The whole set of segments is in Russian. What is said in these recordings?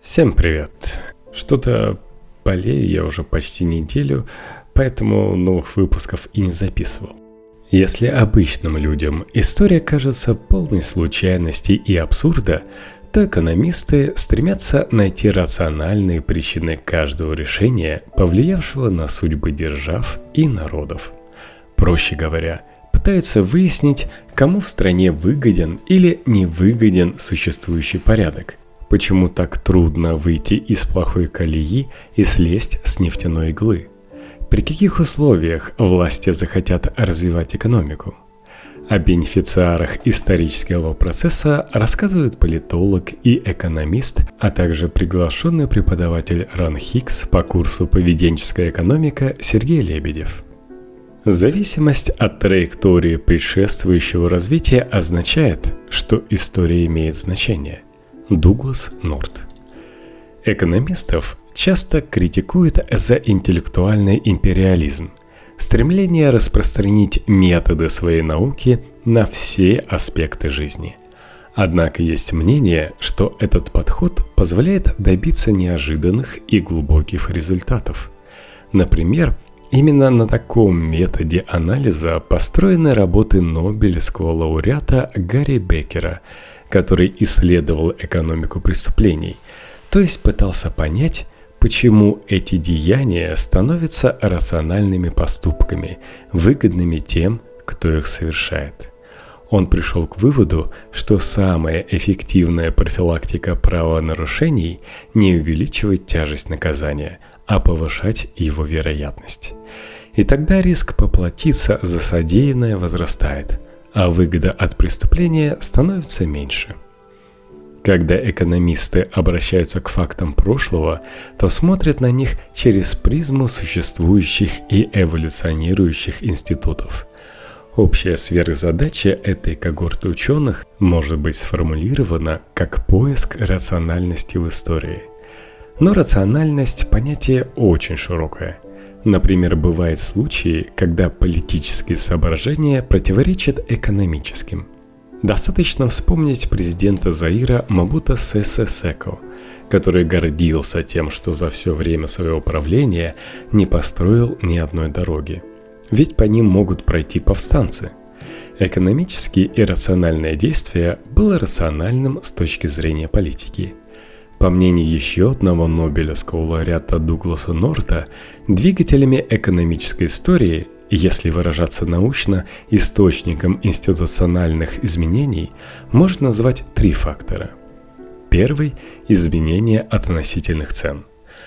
Всем привет! Что-то болею я уже почти неделю, поэтому новых выпусков и не записывал. Если обычным людям история кажется полной случайности и абсурда, то экономисты стремятся найти рациональные причины каждого решения, повлиявшего на судьбы держав и народов. Проще говоря, пытаются выяснить, кому в стране выгоден или не выгоден существующий порядок. Почему так трудно выйти из плохой колеи и слезть с нефтяной иглы? При каких условиях власти захотят развивать экономику? О бенефициарах исторического процесса рассказывают политолог и экономист, а также приглашенный преподаватель РАН-ХИКС по курсу «Поведенческая экономика» Сергей Лебедев. Зависимость от траектории предшествующего развития означает, что история имеет значение. Дуглас Норт. Экономистов часто критикуют за интеллектуальный империализм, стремление распространить методы своей науки на все аспекты жизни. Однако есть мнение, что этот подход позволяет добиться неожиданных и глубоких результатов. Например, именно на таком методе анализа построены работы Нобелевского лауреата Гарри Беккера, который исследовал экономику преступлений, то есть пытался понять, почему эти деяния становятся рациональными поступками, выгодными тем, кто их совершает. Он пришел к выводу, что самая эффективная профилактика правонарушений не увеличивать тяжесть наказания, а повышать его вероятность. И тогда риск поплатиться за содеянное возрастает, а выгода от преступления становится меньше. Когда экономисты обращаются к фактам прошлого, то смотрят на них через призму существующих и эволюционирующих институтов. Общая сверхзадача этой когорты ученых может быть сформулирована как поиск рациональности в истории. Но рациональность – понятие очень широкое. Например, бывают случаи, когда политические соображения противоречат экономическим. Достаточно вспомнить президента Заира Мабуто Сесе Секо, который гордился тем, что за все время своего правления не построил ни одной дороги. Ведь по ним могут пройти повстанцы. Экономически иррациональное действие было рациональным с точки зрения политики. По мнению еще одного Нобелевского лауреата Дугласа Норта, двигателями экономической истории, если выражаться научно, источником институциональных изменений, можно назвать три фактора. Первый – изменение относительных цен.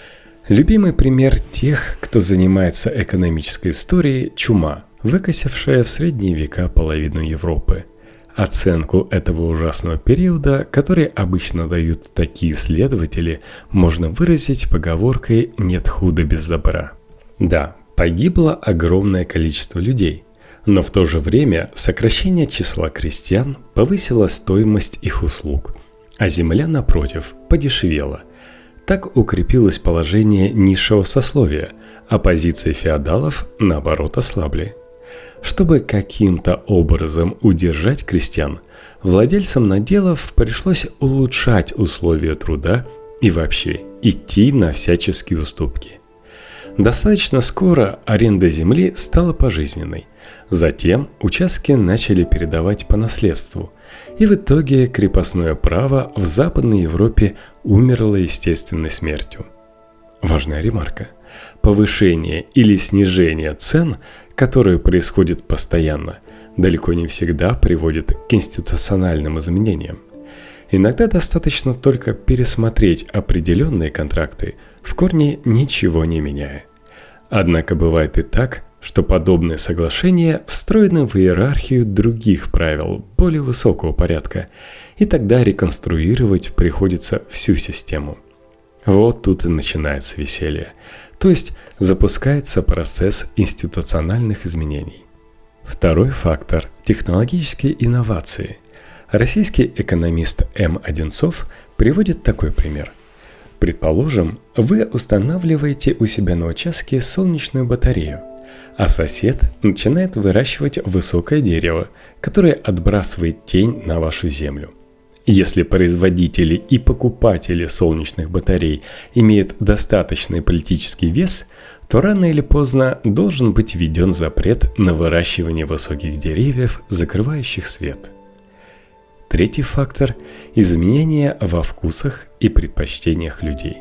Любимый пример тех, кто занимается экономической историей – чума, выкосившая в средние века половину Европы. Оценку этого ужасного периода, который обычно дают такие исследователи, можно выразить поговоркой «нет худа без добра». Да, погибло огромное количество людей, но в то же время сокращение числа крестьян повысило стоимость их услуг, а земля, напротив, подешевела. Так укрепилось положение низшего сословия, а позиции феодалов, наоборот, ослабли. Чтобы каким-то образом удержать крестьян, владельцам наделов пришлось улучшать условия труда и вообще идти на всяческие уступки. Достаточно скоро аренда земли стала пожизненной, затем участки начали передавать по наследству, и в итоге крепостное право в Западной Европе умерло естественной смертью. Важная ремарка. Повышение или снижение цен, которое происходит постоянно, далеко не всегда приводит к институциональным изменениям. Иногда достаточно только пересмотреть определенные контракты, в корне ничего не меняя. Однако бывает и так, что подобные соглашения встроены в иерархию других правил более высокого порядка, и тогда реконструировать приходится всю систему. Вот тут и начинается веселье, то есть запускается процесс институциональных изменений. Второй фактор – технологические инновации. Российский экономист М. Одинцов приводит такой пример. Предположим, вы устанавливаете у себя на участке солнечную батарею, а сосед начинает выращивать высокое дерево, которое отбрасывает тень на вашу землю. Если производители и покупатели солнечных батарей имеют достаточный политический вес, то рано или поздно должен быть введен запрет на выращивание высоких деревьев, закрывающих свет. Третий фактор – изменения во вкусах и предпочтениях людей.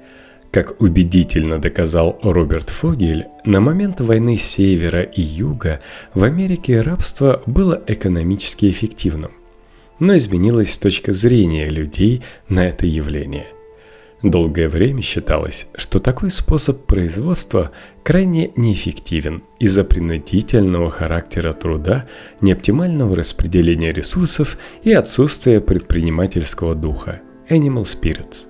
Как убедительно доказал Роберт Фогель, на момент войны Севера и Юга в Америке рабство было экономически эффективным, но изменилась точка зрения людей на это явление. Долгое время считалось, что такой способ производства крайне неэффективен из-за принудительного характера труда, неоптимального распределения ресурсов и отсутствия предпринимательского духа – animal spirits.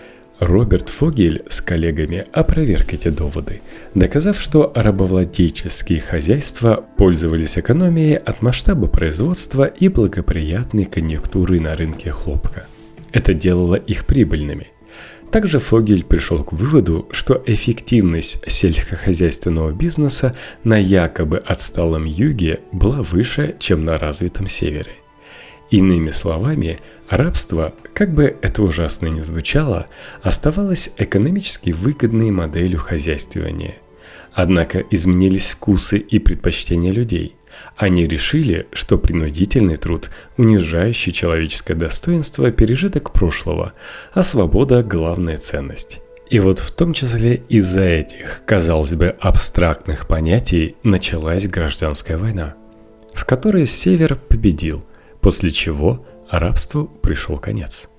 Роберт Фогель с коллегами опроверг эти доводы, доказав, что рабовладельческие хозяйства пользовались экономией от масштаба производства и благоприятной конъюнктуры на рынке хлопка. Это делало их прибыльными. Также Фогель пришел к выводу, что эффективность сельскохозяйственного бизнеса на якобы отсталом юге была выше, чем на развитом севере. Иными словами, рабство, как бы это ужасно ни звучало, оставалось экономически выгодной моделью хозяйствования. Однако изменились вкусы и предпочтения людей. Они решили, что принудительный труд, унижающий человеческое достоинство, пережиток прошлого, а свобода – главная ценность. И вот в том числе из-за этих, казалось бы, абстрактных понятий началась гражданская война, в которой Север победил, после чего рабству пришел конец.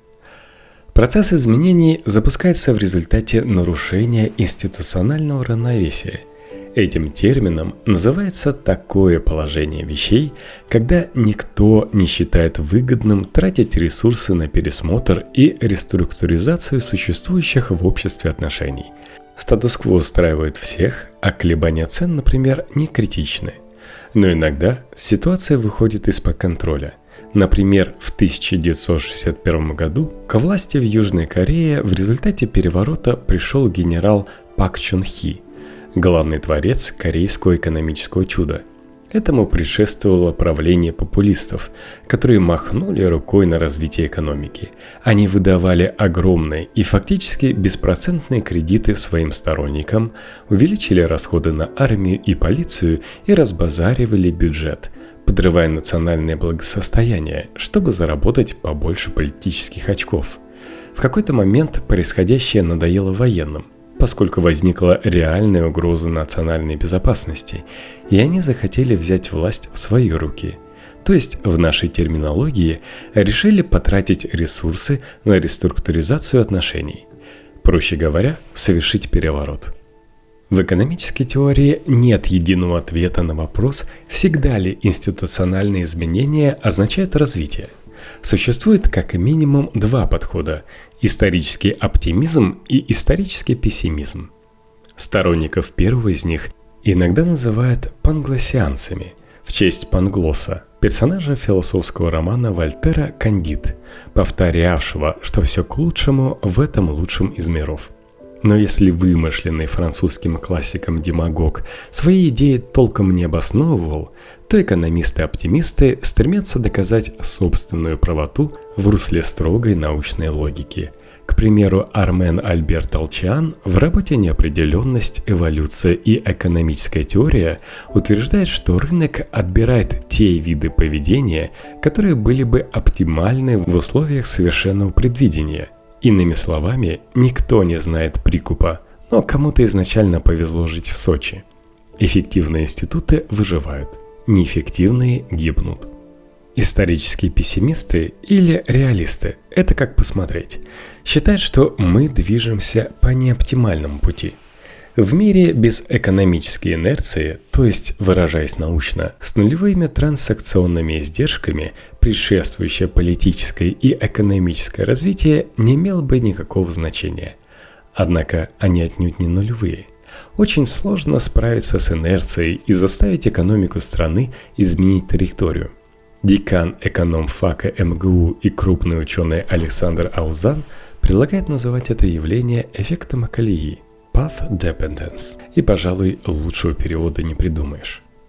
Процесс изменений запускается в результате нарушения институционального равновесия. Этим термином называется такое положение вещей, когда никто не считает выгодным тратить ресурсы на пересмотр и реструктуризацию существующих в обществе отношений. Статус-кво устраивает всех, а колебания цен, например, не критичны. Но иногда ситуация выходит из-под контроля. Например, в 1961 году к власти в Южной Корее в результате переворота пришел генерал Пак Чон Хи, главный творец корейского экономического чуда. Этому предшествовало правление популистов, которые махнули рукой на развитие экономики. Они выдавали огромные и фактически беспроцентные кредиты своим сторонникам, увеличили расходы на армию и полицию и разбазаривали бюджет, подрывая национальное благосостояние, чтобы заработать побольше политических очков. В какой-то момент происходящее надоело военным, поскольку возникла реальная угроза национальной безопасности, и они захотели взять власть в свои руки. То есть, в нашей терминологии, решили потратить ресурсы на реструктуризацию отношений. Проще говоря, совершить переворот. В экономической теории нет единого ответа на вопрос, всегда ли институциональные изменения означают развитие. Существует как минимум два подхода – исторический оптимизм и исторический пессимизм. Сторонников первого из них иногда называют панглоссианцами в честь Панглосса, персонажа философского романа Вольтера «Кандид», повторявшего, что все к лучшему в этом лучшем из миров. Но если вымышленный французским классиком демагог свои идеи толком не обосновывал, то экономисты-оптимисты стремятся доказать собственную правоту в русле строгой научной логики. К примеру, Армен Альбер Толчиан в работе «Неопределенность, эволюция и экономическая теория» утверждает, что рынок отбирает те виды поведения, которые были бы оптимальны в условиях совершенного предвидения. Иными словами, никто не знает прикупа, но кому-то изначально повезло жить в Сочи. Эффективные институты выживают, неэффективные гибнут. Исторические пессимисты или реалисты – это как посмотреть. Считают, что мы движемся по неоптимальному пути. В мире без экономической инерции, то есть, выражаясь научно, с нулевыми транзакционными издержками, предшествующее политическое и экономическое развитие не имело бы никакого значения. Однако они отнюдь не нулевые. Очень сложно справиться с инерцией и заставить экономику страны изменить траекторию. Декан экономфака МГУ и крупный ученый Александр Аузан предлагает называть это явление эффектом колеи – path dependence, и, пожалуй, лучшего перевода не придумаешь.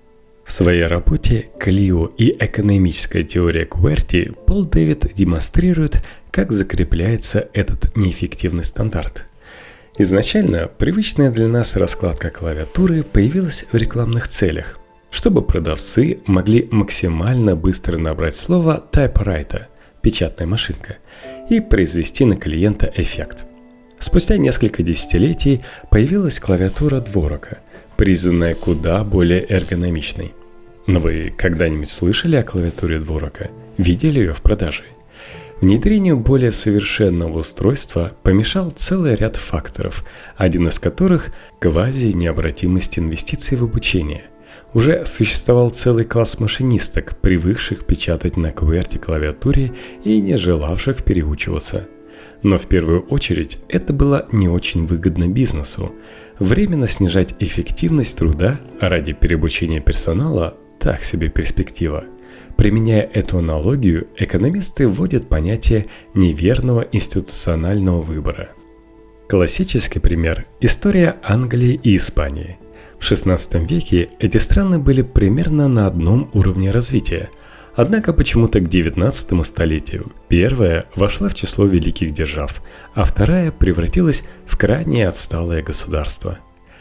В своей работе «Клио и экономическая теория QWERTY» Пол Дэвид демонстрирует, как закрепляется этот неэффективный стандарт. Изначально привычная для нас раскладка клавиатуры появилась в рекламных целях, чтобы продавцы могли максимально быстро набрать слово «typewriter» – печатная машинка, и произвести на клиента эффект. Спустя несколько десятилетий появилась клавиатура дворока, признанная куда более эргономичной. Но вы когда-нибудь слышали о клавиатуре дворока? Видели ее в продаже? Внедрению более совершенного устройства помешал целый ряд факторов, один из которых – квази-необратимость инвестиций в обучение. Уже существовал целый класс машинисток, привыкших печатать на QWERTY-клавиатуре и не желавших переучиваться. Но в первую очередь это было не очень выгодно бизнесу. Временно снижать эффективность труда ради переобучения персонала – так себе перспектива. Применяя эту аналогию, экономисты вводят понятие неверного институционального выбора. Классический пример – история Англии и Испании. В XVI веке эти страны были примерно на одном уровне развития, однако почему-то к XIX столетию первая вошла в число великих держав, а вторая превратилась в крайне отсталое государство.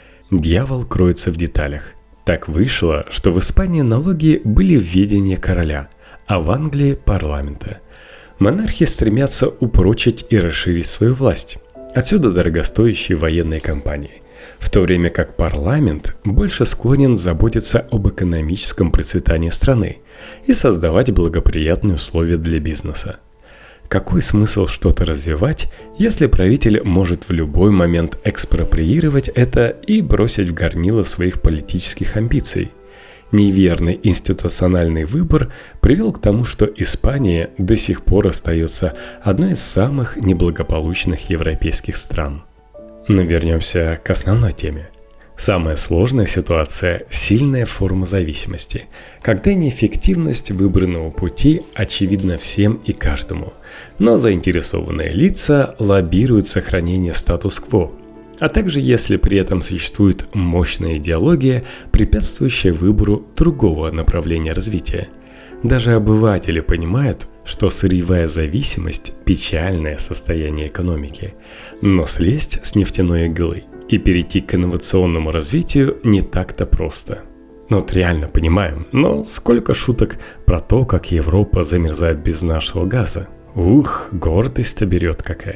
Дьявол кроется в деталях. Так вышло, что в Испании налоги были в ведении короля, а в Англии – парламента. Монархи стремятся упрочить и расширить свою власть. Отсюда дорогостоящие военные кампании. В то время как парламент больше склонен заботиться об экономическом процветании страны и создавать благоприятные условия для бизнеса. Какой смысл что-то развивать, если правитель может в любой момент экспроприировать это и бросить в горнило своих политических амбиций? Неверный институциональный выбор привел к тому, что Испания до сих пор остается одной из самых неблагополучных европейских стран. Но вернемся к основной теме. Самая сложная ситуация – сильная форма зависимости, когда неэффективность выбранного пути очевидна всем и каждому, но заинтересованные лица лоббируют сохранение статус-кво, а также если при этом существует мощная идеология, препятствующая выбору другого направления развития. Даже обыватели понимают, что сырьевая зависимость – печальное состояние экономики, но слезть с нефтяной иглы и перейти к инновационному развитию не так-то просто. Вот реально понимаем, но сколько шуток про то, как Европа замерзает без нашего газа. Ух, гордость-то берет какая.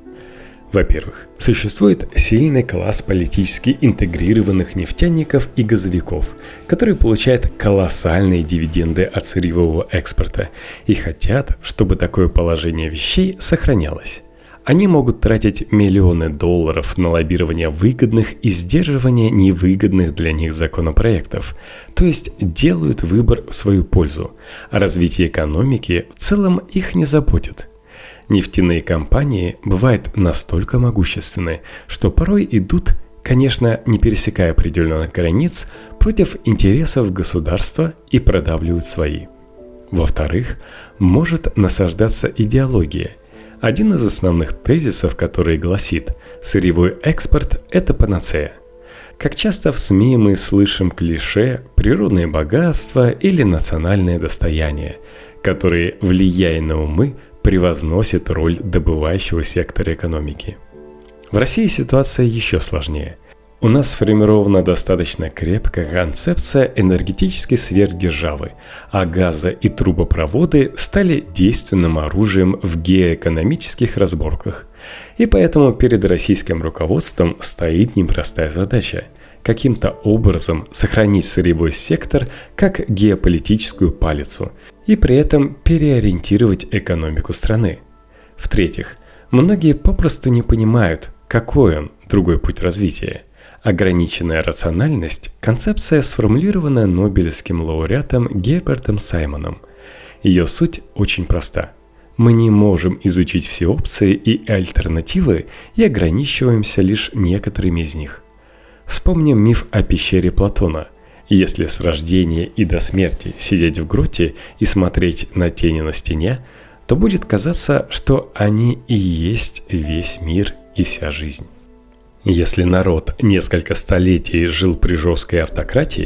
Во-первых, существует сильный класс политически интегрированных нефтяников и газовиков, которые получают колоссальные дивиденды от сырьевого экспорта и хотят, чтобы такое положение вещей сохранялось. Они могут тратить миллионы долларов на лоббирование выгодных и сдерживание невыгодных для них законопроектов, то есть делают выбор в свою пользу, а развитие экономики в целом их не заботит. Нефтяные компании бывают настолько могущественны, что порой идут, конечно, не пересекая определенных границ, против интересов государства и продавливают свои. Во-вторых, может насаждаться идеология. Один из основных тезисов, который гласит «сырьевой экспорт – это панацея». Как часто в СМИ мы слышим клише «природные богатства» или «национальное достояние», которые, влияя на умы, превозносят роль добывающего сектора экономики. В России ситуация еще сложнее. У нас сформирована достаточно крепкая концепция энергетической сверхдержавы, а газы и трубопроводы стали действенным оружием в геоэкономических разборках. И поэтому перед российским руководством стоит непростая задача – каким-то образом сохранить сырьевой сектор как геополитическую палицу и при этом переориентировать экономику страны. В-третьих, многие попросту не понимают, какой он другой путь развития. Ограниченная рациональность – концепция, сформулированная Нобелевским лауреатом Гербертом Саймоном. Ее суть очень проста. Мы не можем изучить все опции и альтернативы и ограничиваемся лишь некоторыми из них. Вспомним миф о пещере Платона. Если с рождения и до смерти сидеть в гроте и смотреть на тени на стене, то будет казаться, что они и есть весь мир и вся жизнь. Если народ несколько столетий жил при жесткой автократии,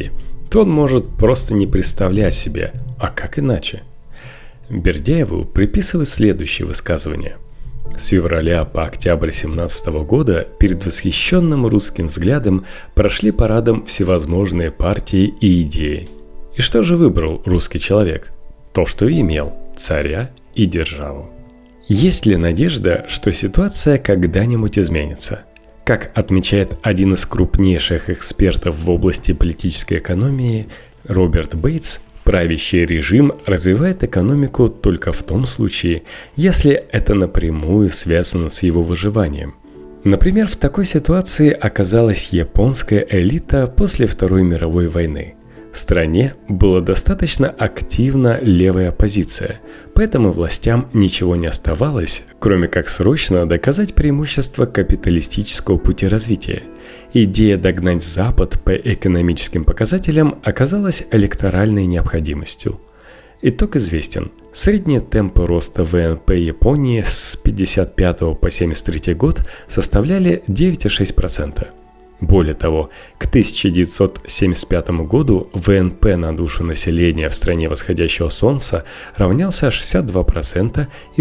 то он может просто не представлять себе, а как иначе. Бердяеву приписывают следующее высказывание. С февраля по октябрь 17 года перед восхищенным русским взглядом прошли парадом всевозможные партии и идеи. И что же выбрал русский человек? То, что имел – царя и державу. Есть ли надежда, что ситуация когда-нибудь изменится? Как отмечает один из крупнейших экспертов в области политической экономии Роберт Бейтс, правящий режим развивает экономику только в том случае, если это напрямую связано с его выживанием. Например, в такой ситуации оказалась японская элита после Второй мировой войны. В стране была достаточно активна левая оппозиция, поэтому властям ничего не оставалось, кроме как срочно доказать преимущество капиталистического пути развития. Идея догнать Запад по экономическим показателям оказалась электоральной необходимостью. Итог известен. Средние темпы роста ВНП Японии с 1955 по 1973 год составляли 9,6%. Более того, к 1975 году ВНП на душу населения в стране восходящего солнца равнялся 62% и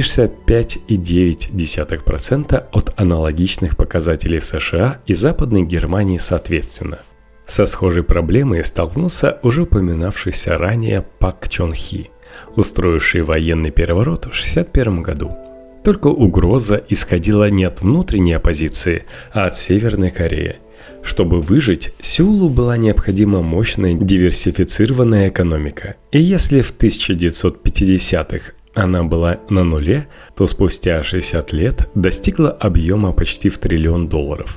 65,9% от аналогичных показателей в США и Западной Германии соответственно. Со схожей проблемой столкнулся уже упоминавшийся ранее Пак Чон Хи, устроивший военный переворот в 1961 году. Только угроза исходила не от внутренней оппозиции, а от Северной Кореи. Чтобы выжить, Сеулу была необходима мощная диверсифицированная экономика. И если в 1950-х она была на нуле, то спустя 60 лет достигла объема почти в $1 триллион.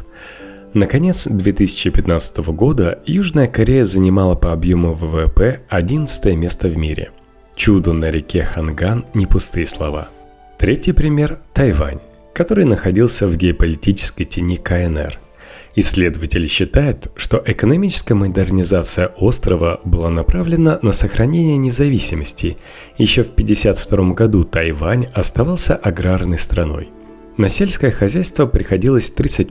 Наконец, 2015 года Южная Корея занимала по объему ВВП 11 место в мире. Чудо на реке Ханган – не пустые слова. Третий пример – Тайвань, который находился в геополитической тени КНР. Исследователи считают, что экономическая модернизация острова была направлена на сохранение независимости. Еще в 1952 году Тайвань оставался аграрной страной. На сельское хозяйство приходилось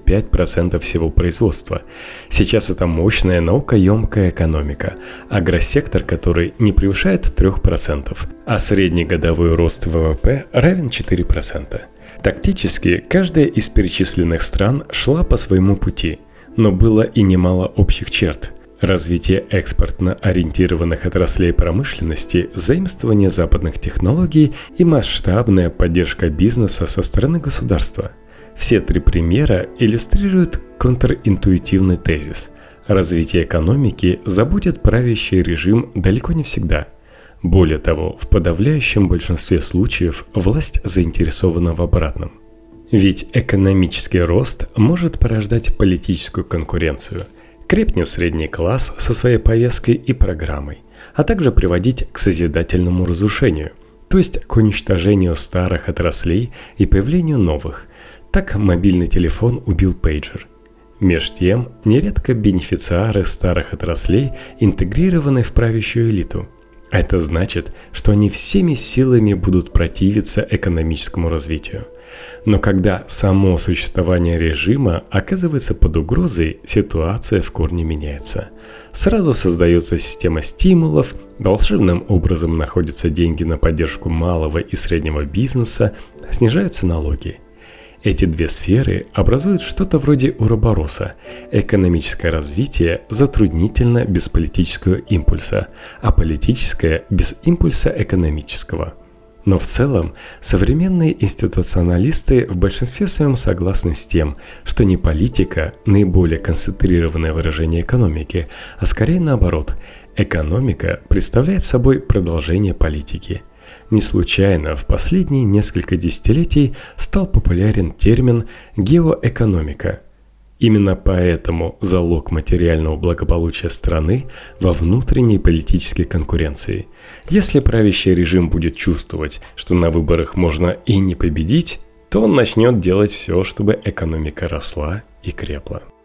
35% всего производства. Сейчас это мощная наукоемкая экономика, агросектор которой не превышает 3%, а средний годовой рост ВВП равен 4%. Тактически, каждая из перечисленных стран шла по своему пути, но было и немало общих черт. Развитие экспортно ориентированных отраслей промышленности, заимствование западных технологий и масштабная поддержка бизнеса со стороны государства. Все три примера иллюстрируют контринтуитивный тезис. Развитие экономики заботит правящий режим далеко не всегда. Более того, в подавляющем большинстве случаев власть заинтересована в обратном. Ведь экономический рост может порождать политическую конкуренцию, крепнет средний класс со своей повесткой и программой, а также приводить к созидательному разрушению, то есть к уничтожению старых отраслей и появлению новых. Так мобильный телефон убил пейджер. Меж тем, нередко бенефициары старых отраслей интегрированы в правящую элиту. Это значит, что они всеми силами будут противиться экономическому развитию. Но когда само существование режима оказывается под угрозой, ситуация в корне меняется. Сразу создается система стимулов, волшебным образом находятся деньги на поддержку малого и среднего бизнеса, снижаются налоги. Эти две сферы образуют что-то вроде уробороса. Экономическое развитие затруднительно без политического импульса, а политическое без импульса экономического. Но в целом современные институционалисты в большинстве своем согласны с тем, что не политика – наиболее концентрированное выражение экономики, а скорее наоборот, экономика представляет собой продолжение политики. Не случайно в последние несколько десятилетий стал популярен термин «геоэкономика». Именно поэтому залог материального благополучия страны во внутренней политической конкуренции. Если правящий режим будет чувствовать, что на выборах можно и не победить, то он начнет делать все, чтобы экономика росла и крепла.